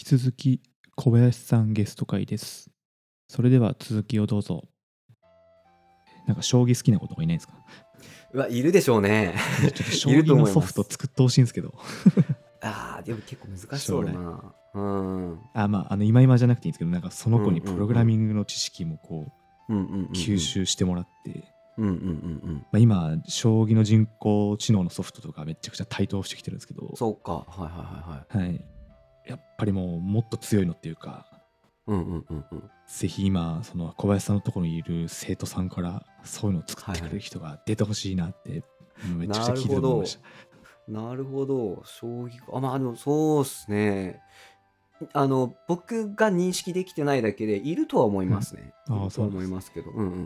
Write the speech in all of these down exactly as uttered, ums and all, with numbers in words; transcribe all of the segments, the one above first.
き続き小林さんゲスト会です。それでは続きをどうぞ。なんか将棋好きな子とかいないですか？ うわ、いるでしょうね。 ちょっと将いると棋の思います。 ソフト作ってほしいんですけどああ、でも結構難しそ将来うだな。うん。うんあまああの今今じゃなくていいんですけど、なんかそのうん子にプログラミングの知識もこううんうんうん吸収してもらって、 うんうんうんうんまあ、今将棋の人工知能のソフトとかめちゃくちゃ台頭してきてるんですけど、 そうか。はいはいはいはい。 はい、やっぱりもうもっと強いのっていうか、 うんうんうんうん。 ぜひ今その小林さんのところにいる生徒さんからそういうのを作ってくれるはいはい。 人が出てほしいなってめちゃくちゃなる聞いててほど。 思いました。 なるほど。将棋か。あ、まあでもそうっすね。あの、僕が認識できてないだけで、いるとは思いはい。 ますね。いああ、 るとは思そうなんですいますけど。うんうんうんうん。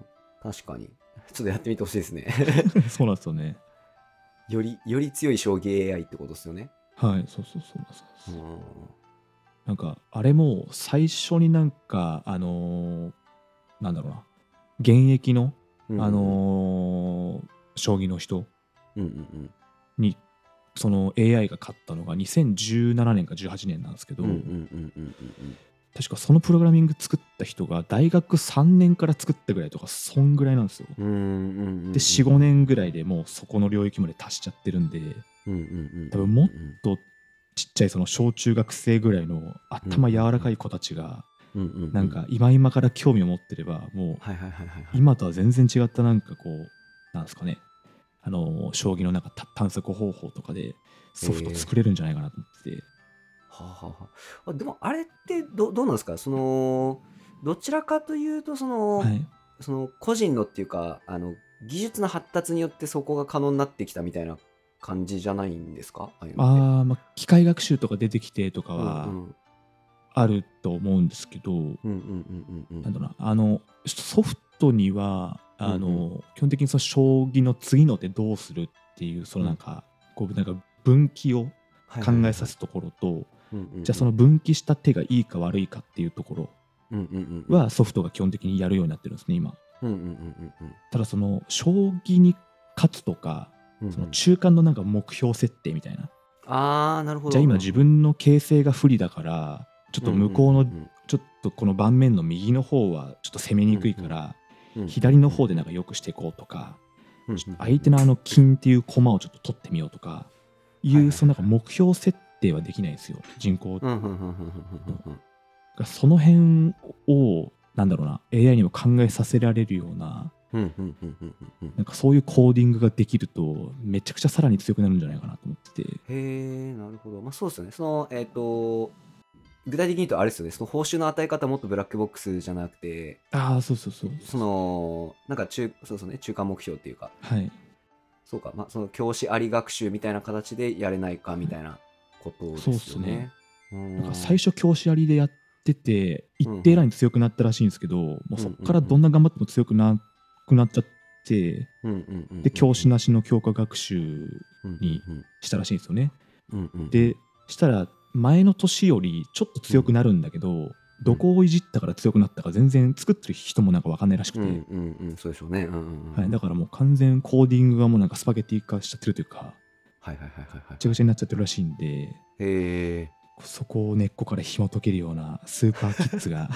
確かに。ちょっとやってみてほしいですね。 ね。そうなんですよね。 より、より強い将棋 エーアイ ってことですよね。 はい、そうそうそうなんですそうです。 うん。 なんかあれも最初になんかあのーなんだろうな、現役のあうんうんうん。 のー将棋の人うんうんうん。 にその エーアイ が勝ったのがにせんじゅうななねんかじゅうはちねんなんですけど、 うんうんうんうんうん確かそのプログラミング作った人が大学さんねんから作ったぐらいとかそんぐらいなんですよ。 うんうんうんでよん、ごねんぐらいでもうそこの領域まで達しちゃってるんで、 うんうんうん多分もっとちっちゃいその小中学生ぐらいの頭柔らかい子たちがうんうんうんなんか今今から興味を持ってればもうはいはいはいはいはい今とは全然違ったなんかこうなんですかね、あの将棋のなんかた探索方法とかでソフトへえ作れるんじゃないかなと思ってて、 はあはあはああでもあれってどどうなんですかそのどちらかというとそのはい。 その個人のっていうかあの技術の発達によってそこが可能になってきたみたいな感じじゃないんですかああいうのってああ、まあ機械学習とか出てきてとかうんうはんあると思うんですけど、 うんうんうんうんなんだろうな、あのソフトにはあの、 うんうん基本的にその将棋の次の手どうするっていうそのなんか、こうなんか分岐を考はいはいはいはいえさすところと、 うんうんうんじゃあその分岐した手がいいか悪いかっていうところうんうんうんうんはソフトが基本的にやるようになってるんですね今。 うんうんうんうんうんただその将棋に勝つとか、 うんうんその中間のなんか目標設定みたいな、 ああなるほじゃあ今どうんうん自分の形勢が不利だからちょっとうんうん向こうのうんちょっとこの盤面の右の方はちょっと攻めにくいからうんうん左の方でなんか良くしていこうとか、 うんちょっと相手のあの金っていう駒をちょっと取ってみようとかいはいはいはいうそのなんか目標設定はできないんですよ人工。 うんうんうんうんうんうんうんその辺をなんだろうな エーアイ にも考えさせられるようなうんうんうんうんうんうんなんかそういうコーディングができるとめちゃくちゃさらに強くなるんじゃないかなと思ってて。 へえ、なるほど。まあそうですよね。その、えっと、具体的に言うとあれですよね。その報酬の与え方もっとブラックボックスじゃなくて、 ああそうそうそうその、なんか中、そうそうね、中間目標っていうか、 はい、 そうか、まあその教師あり学習みたいな形でやれないかみたいなことでそうっすね。 すよね。うーんなんか最初教師ありでやってて一うんうん定ライン強くなったらしいんですけど、もうそこからどんな頑張っても強くなくなっちゃってうんうんうんうんで教師なしの強化学習うんにしたらしいんですよね。 うんうんうんでしたら前の年よりちょっと強くなるんだけど、どこをいじったから強くなったか全然作ってる人もなんか分かんないらしくて、 うんうんうんそうでしょうね。うんうんうんはい、だからもう完全コーディングがもうなんかスパゲティ化しちゃってるというかはいはいはいはいはいぐちゃぐちゃになっちゃってるらしいんで、 へえ。 そこを根っこから紐解けるようなスーパーキッズが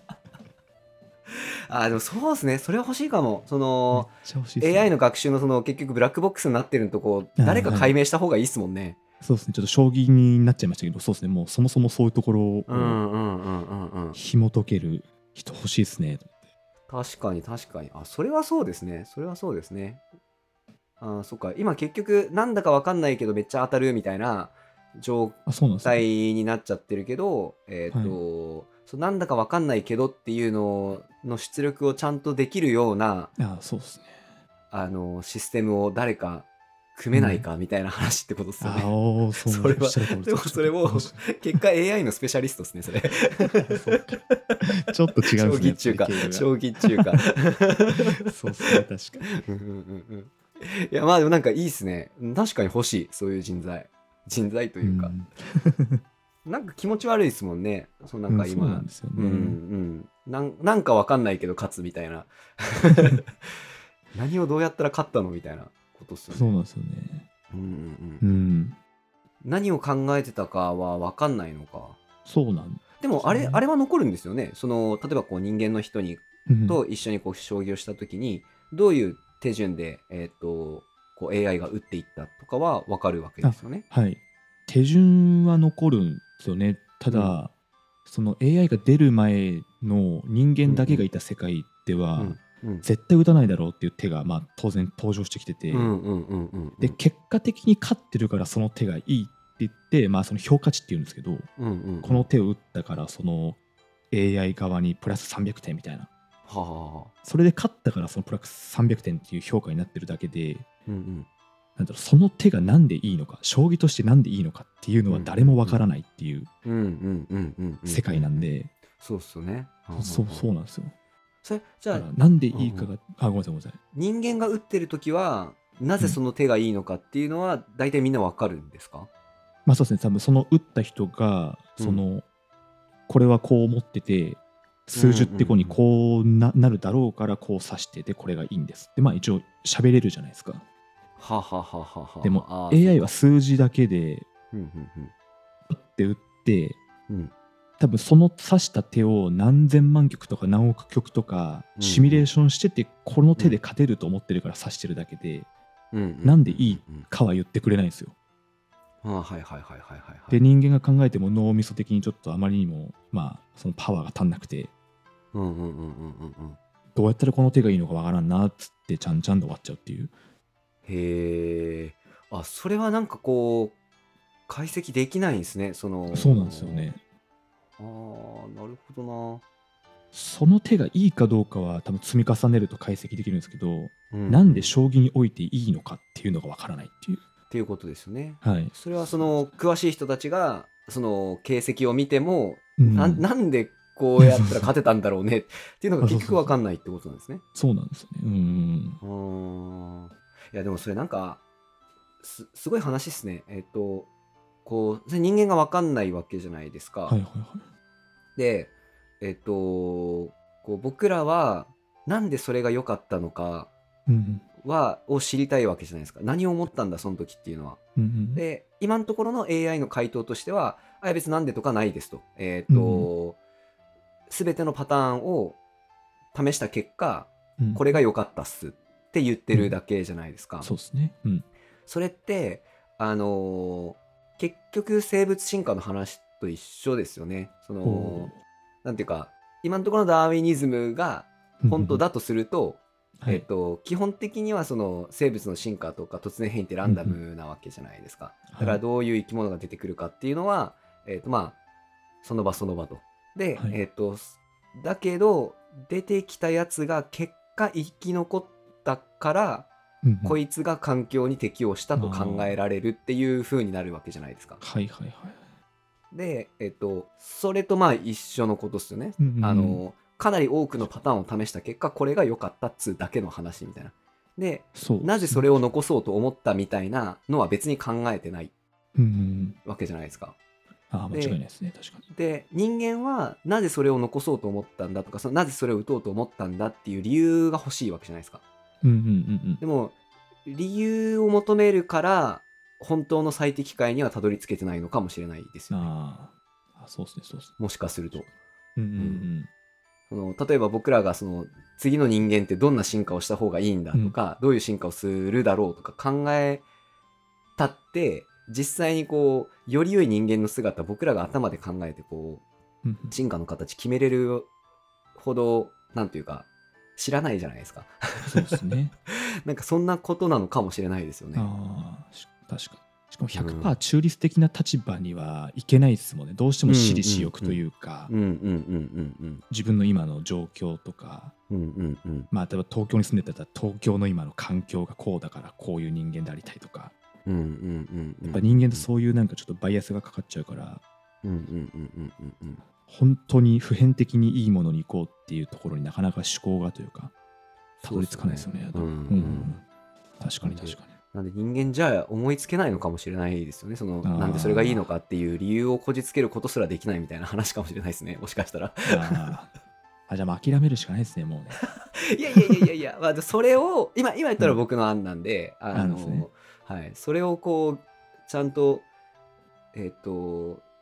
あーでもそうですね。それは欲しいかも。そめっの、 ちゃ欲しいですね。 エーアイ の学習のその結局ブラックボックスになってるとこあー誰かはい解明した方がいいっすもんね。 そうですね、ちょっと将棋になっちゃいましたけど、そうですね、もうそもそもそういうところをうんうんうんうんうん。 紐解ける人欲しいですね。 確かに確かに。あ、それはそうですね。それはそうですね。あー、そっか。今結局なんだかわかんないけどめっちゃ当たるみたいな状あ、そうなんです態ね。 になっちゃってるけど、えっと、そうなんだかわかんないけどっていうのの出力をちゃんとできるようなあ、そうですね。 あのシステムを誰か組めないかみたいな話ってことですよね。 あおそうそれはおっしゃる通りでもそれも結果 エーアイ のスペシャリストですねそれ。 そうかちょっと違うんですね。 将棋中華やっぱり将棋中華。 そうですね、確かに。 うんうんうんうんいやまあでもなんかいいっすね。確かに欲しいそういう人材人材というか、 んなんか気持ち悪いですもんね。そうなんか今、 うんそうなんですよね。 うんうんなんなんかわかんないけど勝つみたいな。何をどうやったら勝ったのみたいなことっすよね。 そうなんですよね。 うんうんうんうん。 何を考えてたかは分かんないのか。 そうなんででもあれ、 すよね。 あれは残るんですよね。その例えばこう人間の人にうんと一緒にこう将棋をした時にどういう手順で、えー、とこう エーアイ が打っていったとかは分かるわけであすよね。 はい。手順は残るんですよね。ただ、 うんその エーアイ が出る前の人間だけがうんいた世界でうは、 んうん絶対打たないだろうっていう手が、まあ、当然登場してきてて、 うんうんうんうんうでん結果的に勝ってるからその手がいいって言って、まあ、その評価値っていうんですけど、 うんうんこの手を打ったからその エーアイ 側にプラスさんびゃくてんみたいな、 はあはあそれで勝ったからそのプラスさんびゃくてんっていう評価になってるだけで、 うんうんなんだろう、その手がなんでいいのか、将棋としてなんでいいのかっていうのは誰もわからないっていううんうんうんうんうんうん世界なんで、 そうっすよね。はあはあそうそうなんですよ。 それじゃあだからなんでいいかうんが、あ、ごめんなさいごめんなさい。 人間が打ってる時はなぜその手がいいのかっていうのは大体みんなわかるんですか？ まあそうですね、多分その打った人が、 うんその、これはこう思ってて、数十手後にうんうんうんこうななるだろうからこう指してて、これがいいんですって、まあ一応喋れるじゃないですか。 ははははははでもあーエーアイ はそうか数字だけでうん打って打って、 うんうん多分その指した手を何千万局とか何億局とかうんシミュレーションしてて、この手で勝てると思ってるから指してるだけで、 うんうんなんでいいうんうんかは言ってくれないんですよ。 あーはいはいはいはいはいはいで人間が考えても脳みそ的にちょっとあまりにもまあそのパワーが足んなくて、 うんうんうんうんうんうんどうやったらこの手がいいのかわからんなっつってちゃんちゃんで終わっちゃうっていう。 へえあそれはなんかこう解析できないんですねそのそうなんですよね。 あーなるほどなその手がいいかどうかは多分積み重ねると解析できるんですけど、 うんなんで将棋においていいのかっていうのがわからないっていう。 っていうことですよね。 はい。 それはその詳しい人たちがその形跡を見ても、 うんななんでこうやったら勝てたんだろうねっていうのが結あそうそうそう局わかんないってことなんですね。 そうなんですよね。うんうーんいやでもそれなんかすすごい話っすね。えっとこうそれ人間がわかんないわけじゃないですか。 はいはいはい。 でえっとこう僕らはなんでそれが良かったのかうんはを知りたいわけじゃないですか。何を思ったんだその時っていうのは。 うんうんで今のところの エーアイ の回答としてはあいや別になんでとかないですと。えっと、全てのパターンを試した結果うんこれが良かったっすって言ってるだけじゃないですか。 そうですね。うんそれってあのー結局生物進化の話と一緒ですよね。そのおなんていうか今のところのダーウィニズムが本当だとすると、 はいえっと、基本的にはその生物の進化とか突然変異ってランダムなわけじゃないですか。だからどういう生き物が出てくるかっていうのは、えっとまあその場その場と。で、 はいえっとだけど出てきたやつが結果生き残ったから、 うんうんこいつが環境に適応したと考えられるっていう風になるわけじゃないですか。 はいはいはい。 で、えっとそれとまあ一緒のことですよね。 うんうんうんあのかなり多くのパターンを試した結果これが良かったっつうだけの話みたいな。でそうですねなぜそれを残そうと思ったみたいなのは別に考えてないうんうんわけじゃないですか。 ああ間違いないですね、確かに。 で人間はなぜそれを残そうと思ったんだとかそのなぜそれを打とうと思ったんだっていう理由が欲しいわけじゃないですか。 うんうんうんでも理由を求めるから本当の最適解にはたどり着けてないのかもしれないですうん。 よね。 ああ、そうですね、そうですね。 もしかすると。 うんうんうん。 その例えば僕らがその次の人間ってどんな進化をした方がいいんだとか、どういう進化をするだろうとか考えたって実際にこうより良い人間の姿僕らが頭で考えてこううんうん進化の形決めれるほどなんていうか知らないじゃないですか。 そうですね。 なんかそんなことなのかもしれないですよね。 ああ、し確かに。しかも ひゃくパーセント 中立的な立場にはいけないですもんね。どうしても私利私欲というか、 うんうんうんうんうん自分の今の状況とか、 うんうんうんまあ例えば東京に住んでたら東京の今の環境がこうだからこういう人間でありたいとか、 うんうんうんうんやっぱ人間ってそういうなんかちょっとバイアスがかかっちゃうから、 うんうんうんうんうんうん本当に普遍的にいいものに行こうっていうところになかなか思考がというかたどり着かないですよね。 うんうんうん確かに確かに。 なんで人間じゃ思いつけないのかもしれないですよね。そのあーなんでそれがいいのかっていう理由をこじつけることすらできないみたいな話かもしれないですね。もしかしたら。 あーあじゃあもう諦めるしかないですね、もうね。 いやいやいやいやいや、まあ、それを今今言ったら僕の案なんで、あ案ですねのはい、それをこうちゃんとえっ、と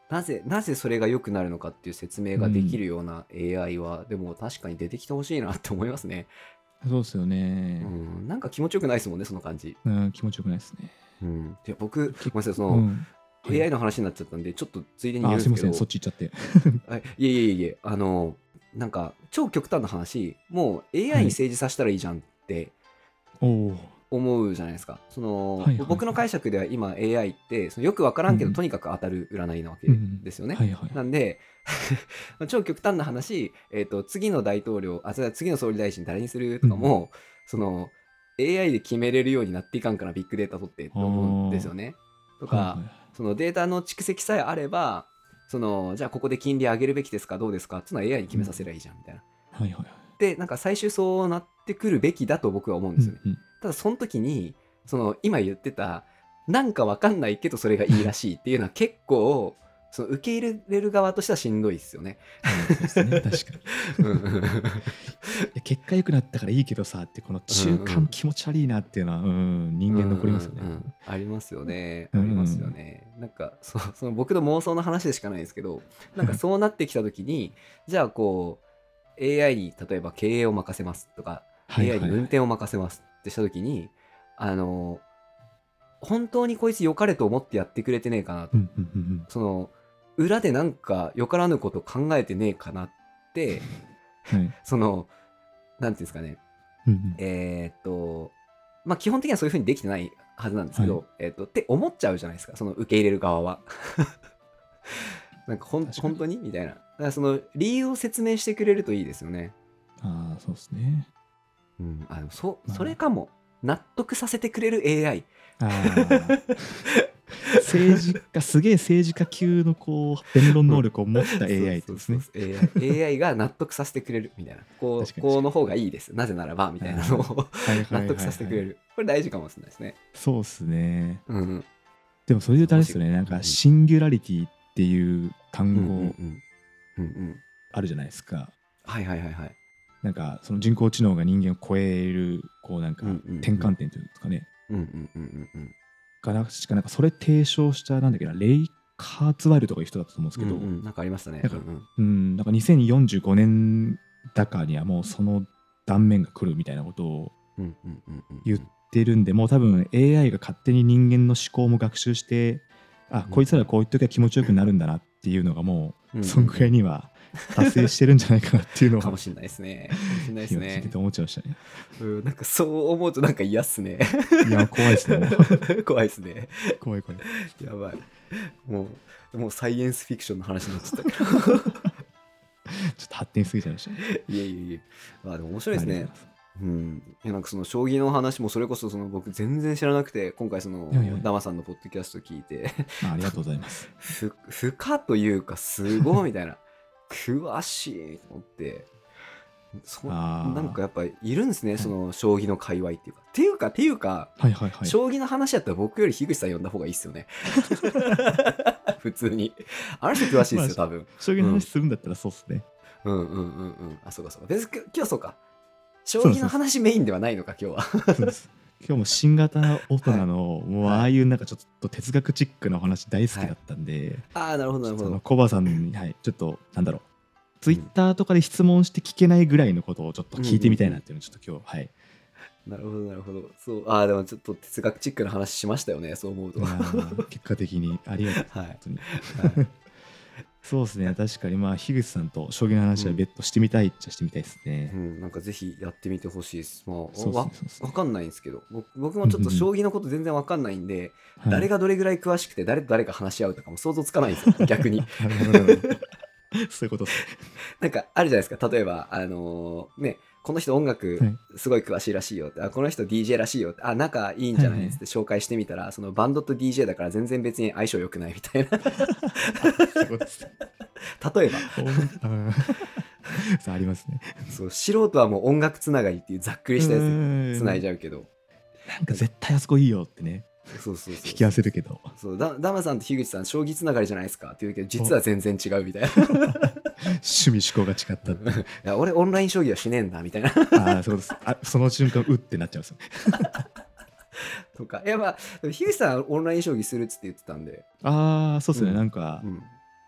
なぜなぜそれが良くなるのかっていう説明ができるような エーアイ は、でも確かに出てきてほしいなって思いますね。 そうですようね。 ん、なんか気持ちよくないですもんね、その感じ。 うん、気持ちよくないですね。 うん、で僕、ごめんなさい、そうの、 ん。はエーアイい。 の話になっちゃったんで、ちょっとついでに言あ、 うんですけすいません、そっど、 ち行っちゃって。 あいえいえいえ、あの、なんか、超極端な話、もう エーアイ にはい。 政治させたらいいじゃんっておお。 思うじゃないですか。その、 はいはい僕のはい。 解釈では今 エーアイ ってそのよくわからんけど、 うん。 とにかく当たる占いなわけうんですよね。 はいはいはい。 なんで超極端な話、えっ、と次の大統領、あ、じゃあ次の総理大臣誰にするとかうん。 も、その エーアイ で決めれるようになっていかんからビッグデータ取ってってあ思うんですよあ。 ね。とか、 はいはい。 そのデータの蓄積さえあれば、そのじゃあここで金利上げるべきですかどうですかっていうのは エーアイ に決めさせればいいじゃんみたいな。 はいはいはい。 で、なんか最終そうなってくるべきだと僕は思うんですよね。 うんうん。 ただその時に、その今言ってた、なんかわかんないけどそれがいいらしいっていうのは結構、その受け入れる側としてはしんどいですよね。 そうですね、確かに。 うんうんうんいや結果良くなったからいいけどさってこの中うんうん間気持ち悪いなっていうのは、うん、人間残りますよね。 うんうんうんありますよね。 うんありますよね。なんかそその僕の妄想の話でしかないですけど、なんかそうなってきた時に、じゃあこう エーアイ に例えば経営を任せますとか、 はいエーアイはいはい。 に運転を任せますってした時に、あの本当にこいつ良かれと思ってやってくれてねえかなと。 うんうんうんその裏でなんか良からぬこと考えてねえかなってうん。はい。 そのなんていうんですかね、 うんうんえーっとまあ基本的にはそういう風にできてないはずなんですけど、 はい。 えーっとって思っちゃうじゃないですか、その受け入れる側は。なんかほん確かに。 本当にみたいな。だからその理由を説明してくれるといいですよね。 ああ、そうですね。 うん、あでもそまそれかも。納得させてくれる エーアイ。 あ、ああ。政治家、すげえ政治家級のこう弁論能力を持った エーアイ ってですね。 そうそうそうそう エーアイ, エーアイが納得させてくれるみたいな。こう、 確かにこうの方がいいです。なぜならばみたいなのをはいはいはいはい納得させてくれる。これ大事かもしれないですね。 そうですね。 うんうん。 でもそれで言うとあれですよね、なんうんかシンギュラリティっていう単語うんうんうんうんうん。 あるじゃないですか。 はいはいはいはい。 なんかその人工知能が人間を超えるこうなんかうんうんうん転換点というんですかね。 うんうんうんうんうん。 が確かなんかそれ提唱したなんだっけな、レイ・カーツワイルとかいう人だったと思うんですけど、 うんうん、なんかありましたね。 なんかうんうんうんなんかにせんよんじゅうごねんだかにはもうその断面が来るみたいなことをうんうんうんうん言ってるんで、もう多分 エーアイ が勝手に人間の思考も学習して、あうんこいつらこう言っときゃ気持ちよくなるんだなっていうのがもうんうんうそんくらいには達成してるんじゃないかなっていうのをかもしれないですね。かもしれないですね今聞いてて。思っちゃいましたね。 うん、なんかそう思うとなんか嫌っすね。 いや怖いですね。もう怖いですね。 怖い怖い。 やばい。もう、もうサイエンスフィクションの話になっちゃったけちょっと発展しすぎちゃいましたね。 ど。いやいやいや。まあでも面白いですねありがとう。ございます。 うん。いやなんかその将棋の話もそれこそその僕全然知らなくて、今回そのいやいやいやダマさんのポッドキャスト聞いて、 あありがとうございます。 ふ、深というかすごいみたいな。詳しいと思って。そあーなんかやっぱいるんですね、 いその将棋の界隈っていうか。っていうか、っていうか、 はいはいはい。 将棋の話やったら僕より樋口さん呼んだ方がいいっすよね。普通に。あの人詳しいっすよ、多分。 将棋の話するんだったらそうっすね。 うんうんうんうん。あ、そうかそうか。別に今日そうか。将棋の話メインではないのか、今日は。 そうです今日も新型大人の、もうああいうなんかちょっと哲学チックなお話大好きだったんで、 ああ、なるほどなるほど。 ちょっとあのコバさんに、はい、ちょっとなんだろう、ツイッターとかで質問して聞けないぐらいのことをちょっと聞いてみたいなっていうのをちょっと今日、はい。 なるほどなるほど。そう。ああ、でもちょっと哲学チックな話しましたよね、そう思うと。 いやはー結果的にありがとう、 い。 本当に。 はいそうですね、確かにまあ樋口さんと将棋の話は別途してみたいっちゃしてみたいですね。 うん、なんかぜひやってみてほしいです。まあ、 そうですねわそうですねわかんないんですけど、僕僕もちょっと将棋のこと全然わかんないんで、 はい誰がどれぐらい詳しくて誰と誰が話し合うとかも想像つかないんですよ、逆に。 なるほどなるほどそういうことですね。 なんかあるじゃないですか、例えば、あのーね、この人音楽はいすごい詳しいらしいよって、あこの人 ディージェー らしいよって、あ仲いいんじゃないっつって紹介してみたら、そのバンドと ディージェー だから全然別に相性良くないみたいな。 そういうことですね。 例えば、 うんそうありますね。 そう素人はもう音楽つながりっていうざっくりしたやつでつないじゃうけど、 なんか絶対あそこいいよってね、 そうそうそう。 引き合わせるけど、 そうダダマさんと樋口さん将棋つながりじゃないですかって言うけど実は全然違うみたいな。い趣味思考が違ったって。 や俺オンライン将棋はしねえんだみたいなああ、そうです。あその瞬間、うってなっちゃうんですよ。 とか、いやまあでも樋口さんはオンライン将棋するっつって言ってたんで、 ああ、そうですね、 うんなんかう、ん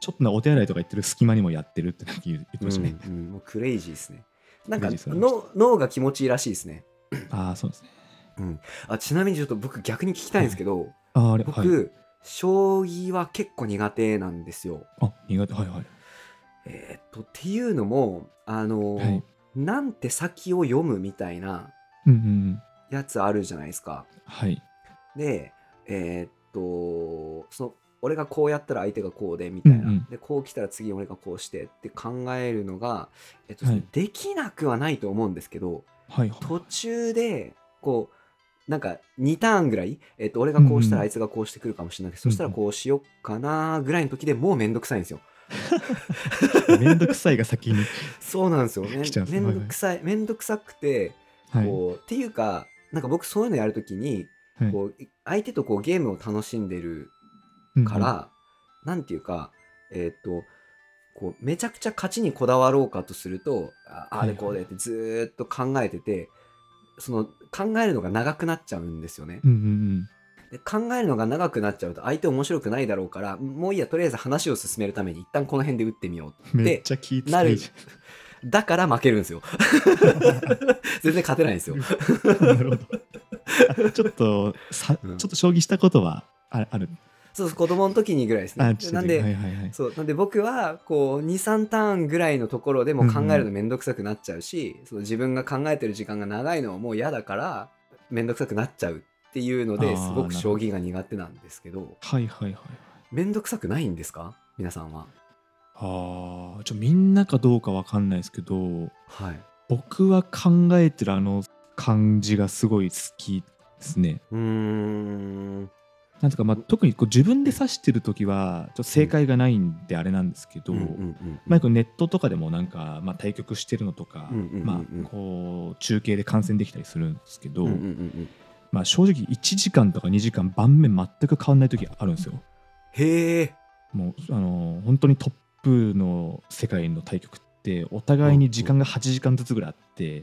ちょっとなお手洗いとか言ってる隙間にもやってるってなんか言ってましたね。 うんうん、もうクレイジーですね。なんかクレイジーそうの脳が気持ちいいらしいですね。 ああ、そうですね。 うん、あちなみにちょっと僕逆に聞きたいんですけど、 あーあれ、はい。 僕、将棋は結構苦手なんですよ。 あ、苦手。はいはい。 えーっとっていうのもあのーはい。 なんて先を読むみたいなうんうんうん。 やつあるじゃないですか。 はい。 で、えーっとその俺がこうやったら相手がこうでみたいな、 うんうんでこう来たら次俺がこうしてって考えるのが、えっとですねはい。 できなくはないと思うんですけど、 はいはい。 途中でこうなんかにターンぐらい、えっと、俺がうんうんこうしたらあいつがこうしてくるかもしれないけど、 うんうんそしたらこうしよっかなぐらいの時でもうめんどくさいんですよ。 めんどくさいが先にそうなんですよ。めん来ちゃうんですね。 めんはいはい。 どくさい、めんどくさくて、 はい。 こう、っていうか、なんか僕そういうのやるときに、 はい。 こう、相手とこうゲームを楽しんでるうんうんから、なんていうか、えーっと、こう、めちゃくちゃ勝ちにこだわろうかとすると、ああはいはい。 れこうでってずーっと考えてて、その考えるのが長くなっちゃうんですよね。 うんうんうん。 で考えるのが長くなっちゃうと相手面白くないだろうから、もういいや、とりあえず話を進めるために一旦この辺で打ってみようってめっちゃ気なる。 使いじだから負けるんですよ。全然勝てないんですよ。 ゃん。なるほど。あちょっとさ、 うんちょっと将棋したことはあある。 そうそう、子供の時にぐらいですあ、 ね。 ちょっとなんで、 はいはいはい。 そうなんで僕はこうに、さんターンぐらいのところでもう考えるのめんどくさくなっちゃうし、その自分が考えてる時間が長いのはもう嫌だからめんどくさくなっちゃうっていうのあーですごくなるほど将棋が苦手なんですけど、 はいはいはいはい。 めんどくさくないんですか皆さんは。 ああ、ちょみんなかどうかわかんないですけど、 はい。 僕は考えてるあの感じがすごい好きですね。 うーん。 なんていうか、まあ、特にこう自分で指してる時はちょっと正解がないんであれなんですけど、 うんうんうんまあ、こうネットとかでもなんか、まあ、対局してるのとか、 うんうんうんうんまあ、こう中継で観戦できたりするんですけど、 うんうんうんうんまあ、正直いちじかんとかにじかん盤面全く変わんない時あるんですよ。 へえ。 もうあの本当にトップの世界の対局ってお互いに時間がはちじかんずつぐらいあって、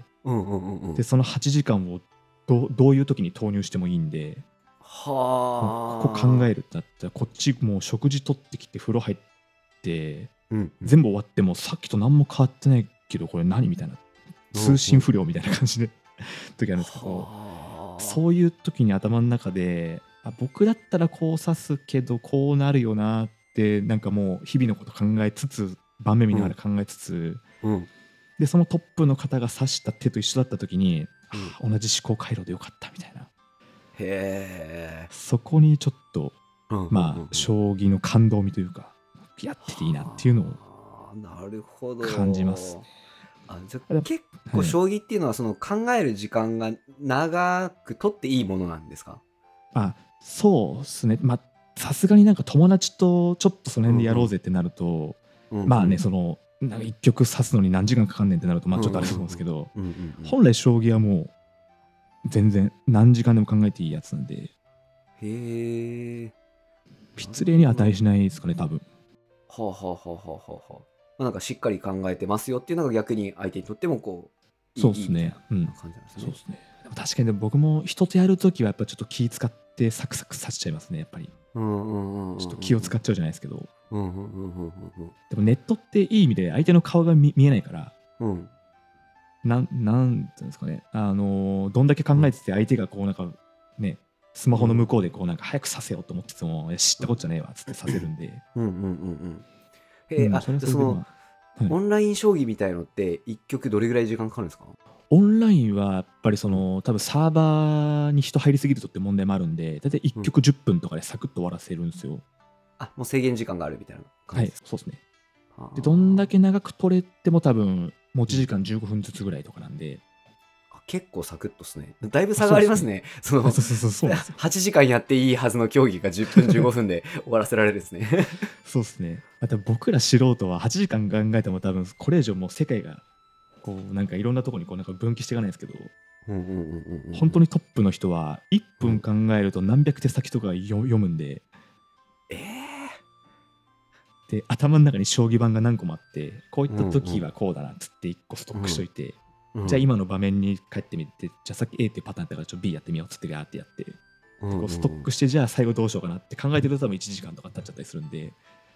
うんうんうんうん。 でそのはちじかんをどうどういう時に投入してもいいんで、 はあ。 ここ考えるってなったらこっちもう食事取ってきて風呂入ってうんうん全部終わってもさっきと何も変わってないけどこれ何みたいな通信不良みたいな感じで時あるんですけど、 はあ。 そういう時に頭の中であ僕だったらこう指すけどこうなるよなってなんかもう日々のこと考えつつ盤面見ながら考えつつ、 うんでそのトップの方が指した手と一緒だった時に、 うんはあ同じ思考回路でよかったみたいな、 へえ。 そこにちょっとうんうんうんまあ将棋の感動味というかやってていいなっていうのをはあ、なるほど。 感じますね。 あ、じゃあでも結構将棋っていうのはその考える時間が長く取っていいものなんですか？ あそうですね。まあさすがになんか友達とちょっとその辺でやろうぜってなると、 うんうんまあねそのなんか一局指すのに何時間かかんねんってなるとまあちょっとあれだと思うんですけど、 うんうんうん。 本来将棋はもう全然何時間でも考えていいやつなんでへえ。 失礼に値しないですかね多分。 はあはあはあはあはあはあ。まあなんかしっかり考えてますよっていうのが逆に相手にとってもこういいそうですね。うんいいみたいな感じなんですね。 そうですね。でも確かにでも僕も人とやるときはやっぱちょっと気使ってサクサクさせちゃいますねやっぱり。 うんうんうんうん。 ちょっと気を使っちゃうじゃないですけど、 うんうんうんうんでもネットっていい意味で相手の顔が 見, 見えないからうんうん。 なんなんていうんですかね、あのーどんだけ考えてて相手がこうなんかねスマホの向こうでこうなんか早くさせようと思ってても、いや知ったことじゃねえわっつってさせるんで、 うんうんうんうん。へえ、あ、 うんそれはそれでそのまあはいオンライン将棋みたいのって一局どれぐらい時間かかるんですか？ オンラインはやっぱりその多分サーバーに人入りすぎるとって問題もあるんで、だいたいいっきょくじゅっぷんとかでサクッと終わらせるんですよ。 あ、もう制限時間があるみたいな感はいじですか？ そうですね。 はあでどんだけ長く取れても多分持ち時間じゅうごふんずつぐらいとかなんで、 あ結構サクッとですね。だいぶ差がありますね。そのそうそうそうそうなんですよ。 はちじかんやっていいはずの競技がじゅっぷんじゅうごふんで終わらせられるですね。 そうですね。あと僕ら素人ははちじかん考えても多分これ以上もう世界がこうなんかいろんなところにこうなんか分岐していかないんですけど、 うんうんうんうんうん。 本当にトップの人はいっぷん考えると何百手先とかよ読むんで、 ええで頭の中に将棋盤が何個もあってこういった時はこうだなっつっていっこストックしといて、 うんじゃあ今の場面に帰ってみて、じゃあさっき A っていうパターンだからちょっと B やってみようっつってガーってやってうんうんうんこうストックしてじゃあ最後どうしようかなって考えてると多分いちじかんとか経っちゃったりするんで、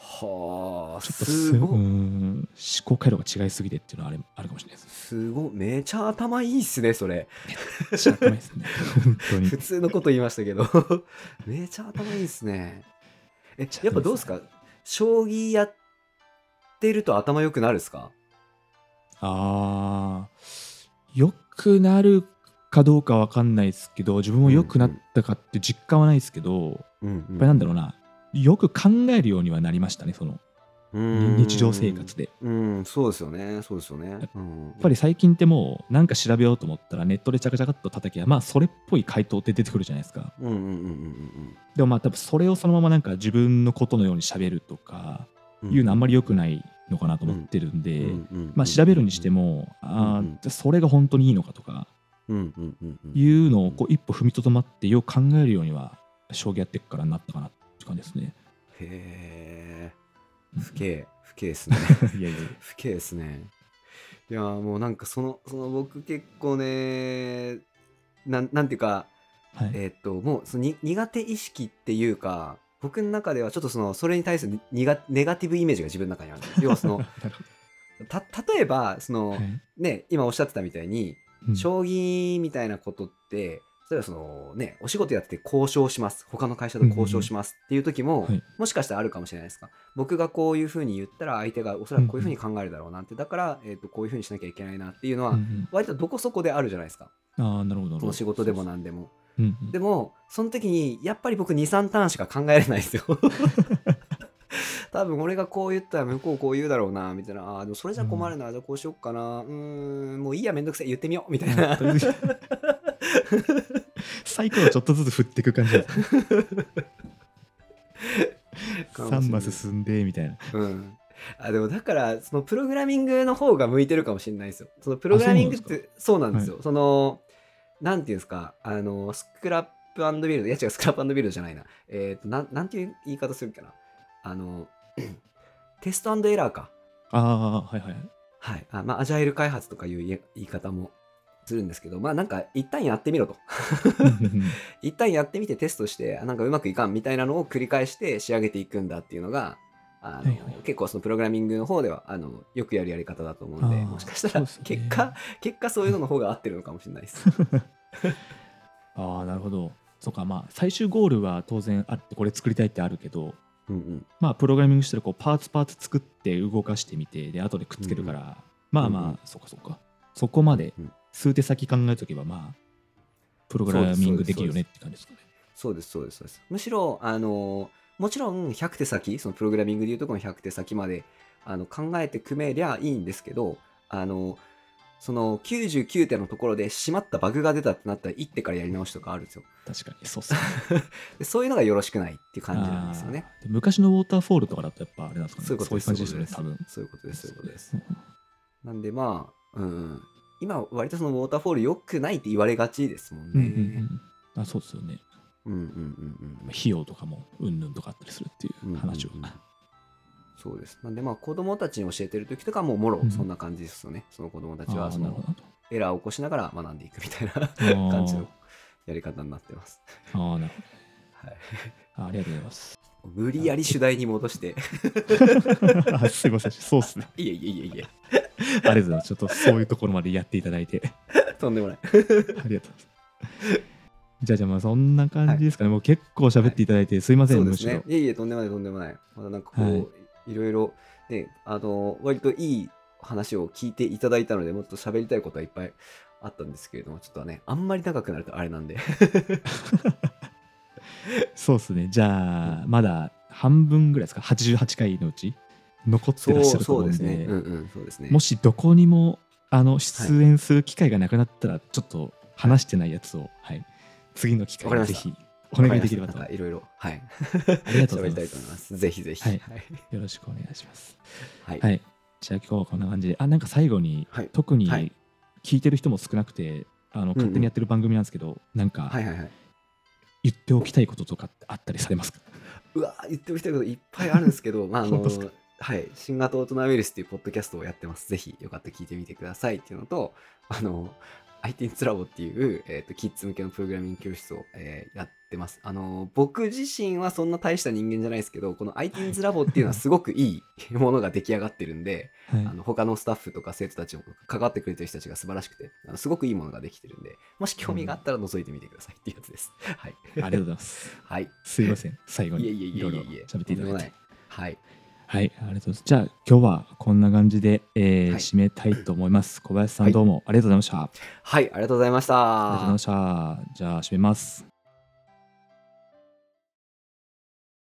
はあ、 ちょっとすうすごっ。 ん思考回路が違いすぎてっていうのはあれあるかもしれないです。 すごい。めちゃ頭いいっすね、それ。 めっちゃ頭いいですね。本当に。 普通のこと言いましたけどめちゃ頭いいっすね。え、 めっちゃやっぱ頭いいですね。 どうですか、将棋やってると頭良くなるっすか？ ああ、良くなるかどうかわかんないですけど、自分も良くなったかって実感はないですけど、 うんうんやっぱりなんだろうな、よく考えるようにはなりましたね、そのうに日常生活で。 んうん、そうですよね、そうですよね。 やっうんぱり最近ってもうなんか調べようと思ったらネットでチャカチャカっと叩きゃまあそれっぽい回答って出てくるじゃないですか。 うんうんうんうんでもまあ多分それをそのままなんか自分のことのように喋るとかうんいうのあんまり良くないのかなと思ってるんで、 うんうんまあ調べるにしても、あうんうんーそれが本当にいいのかとかうんうんうんうんいうのをこう一歩踏みとどまってよく考えるようには将棋やってっからなったかなって感じですね。 へえ、 うん不敬不敬ですねいやいやいや。 不敬ですね。いやーもうなんかそのその僕結構ね、なんなんていうか、 はい。 えーっともうそのに苦手意識っていうか、僕の中ではちょっとそのそれに対するにがネガティブイメージが自分の中にあるんですよ。要はそのなるほた例えばその、 ど。はい。 ね、今おっしゃってたみたいに、 うん将棋みたいなことって例えばそのねお仕事やってて交渉します、他の会社と交渉しますっていう時も、 はい。 もしかしたらあるかもしれないですか。僕がこういうふうに言ったら相手がおそらくこういうふうに考えるだろうなって、だから、えー、とこういうふうにしなきゃいけないなっていうのは、 うんうん割とどこそこであるじゃないですか。 ああ、なるほどなるほど。 その仕事でもそう何でも。 そううんうんでもその時にやっぱり僕にさんターンしか考えれないですよ多分俺がこう言ったら向こうこう言うだろうなみたいな、あーでもそれじゃ困るな、じゃあこうしよっかな、うーんもういいやめんどくせえ言ってみようみたいなというサイコロちょっとずつ振っていく感じですね。さんマス進んでみたいな。 うんあでもだからそのプログラミングの方が向いてるかもしれないですよ。そのプログラミングってそうなんですよ。そのなんていうんですか、あのスクラップビルド、いや違うスクラップビルドじゃないな。えっ、となんなんていう言い方するかな。あのテスト&エラーか。 ああ、はいはい。 はい。あまあアジャイル開発とかいう言い言い方もするんですけど、まあなんか一旦やってみろと。一旦やってみてテストしてなんかうまくいかんみたいなのを繰り返して仕上げていくんだっていうのが。あのはいはい結構そのプログラミングの方ではあのよくやるやり方だと思うんで、 あーもしかしたらそうですね結果、結果そういうのの方が合ってるのかもしれないです。 ああ、なるほど。そうか、まあ最終ゴールは当然あってこれ作りたいってあるけど、 うんうんまあプログラミングしたらこうパーツパーツ作って動かしてみてで後でくっつけるから、 うんまあうんうんまあ、そうかそうか。そこまでうん数手先考えとけばまあプログラミングできるよねって感じですかね。 そうですそうですそうです。むしろあのもちろんひゃく手先、そのプログラミングでいうとこのひゃく手先まであの考えて組めりゃいいんですけど、あのそのきゅうじゅうきゅう手のところでしまったバグが出たってなったらいち手からやり直しとかあるんですよ。 確かにそうっすね。 でそういうのがよろしくないっていう感じなんですよね。 あーで昔のウォーターフォールとかだとやっぱあれなんですかね。 そういうことです。 そういう感じですよね、多分。 そういうことです。そういうことです。 うんなんでまあ、うん、今割とそのウォーターフォール良くないって言われがちですもんね。 うんうんうん。あ、そうですよね。 うんうんうんうん。 費用とかもうんぬんとかあったりするっていう話を。 うんうんうんそうです。なんでまあ子供たちに教えてる時とかももろうんそんな感じですよね。その子供たちはそのあーなるほどエラーを起こしながら学んでいくみたいなあー感じのやり方になってます。 あー、なるはい、 ほど。あありがとうございます。 無理やり主題に戻してあすいません、そうっすね。 いえいえいえいえ、 ありがとうございます。ちょっとそういうところまでやっていただいて。 とんでもない。 ありがとうございます。じゃあじゃあまあそんな感じですかね。もう結構喋っていただいてすいません、 そうですむしろ。 ね。いえいえ、とんでもない、とんでもない。まだなんかこう、 はいい、ろいろ、ね、あの、割といい話を聞いていただいたので、もっと喋りたいことはいっぱいあったんですけれども、ちょっとね、あんまり長くなるとあれなんで。 そうですね。じゃあ、まだ半分ぐらいですか、はちじゅうはちかいのうち残ってらっしゃるとそう思うんで、 ですね。うんうん、そうですね。 もしどこにもあの出演する機会がなくなったら、ちょっと話してないやつを、はい、次の機会にぜひお願いできればと。 いろいろ、はい。 ありがとうございます。 喋りたいと思います。ぜひぜひ。 はいはい。 よろしくお願いします。 はい。 はい。じゃあ今日はこんな感じで、あ、なんか最後に、 はい特にはい聞いてる人も少なくて、あの勝手にやってる番組なんですけど、なんかはいはいはい。 言っておきたいこととかってあったりされますか？ うわ、言っておきたいこといっぱいあるんですけど、まあ、あの本当ですか、 はい、新型大人ウイルスっていうポッドキャストをやってます。ぜひよかったら聞いてみてくださいっていうのと、あの、アイティーンズ ラボっていう、えーと、キッズ向けのプログラミング教室を、えーやってます。あの、僕自身はそんな大した人間じゃないですけど、この アイティーンズ ラボっていうのはすごくいいものが出来上がってるんで、 はい、 あの他のスタッフとか生徒たちも関わってくれてる人たちが素晴らしくて、あのすごくいいものができてるんで、もし興味があったら覗いてみてくださいっていうやつです。はい。 ありがとうございます。 はい。 すいません、最後いえにいえいえいえいろいろいえ。 喋っていただいて。 とんでもない。はい。 はい、ありがとうございます。じゃあ今日はこんな感じで、えーはい締めたいと思います。小林さはい。 んどうもありがとうございました。あはい、ありがとうございましりがとうございまた。 した。じゃあ締めます。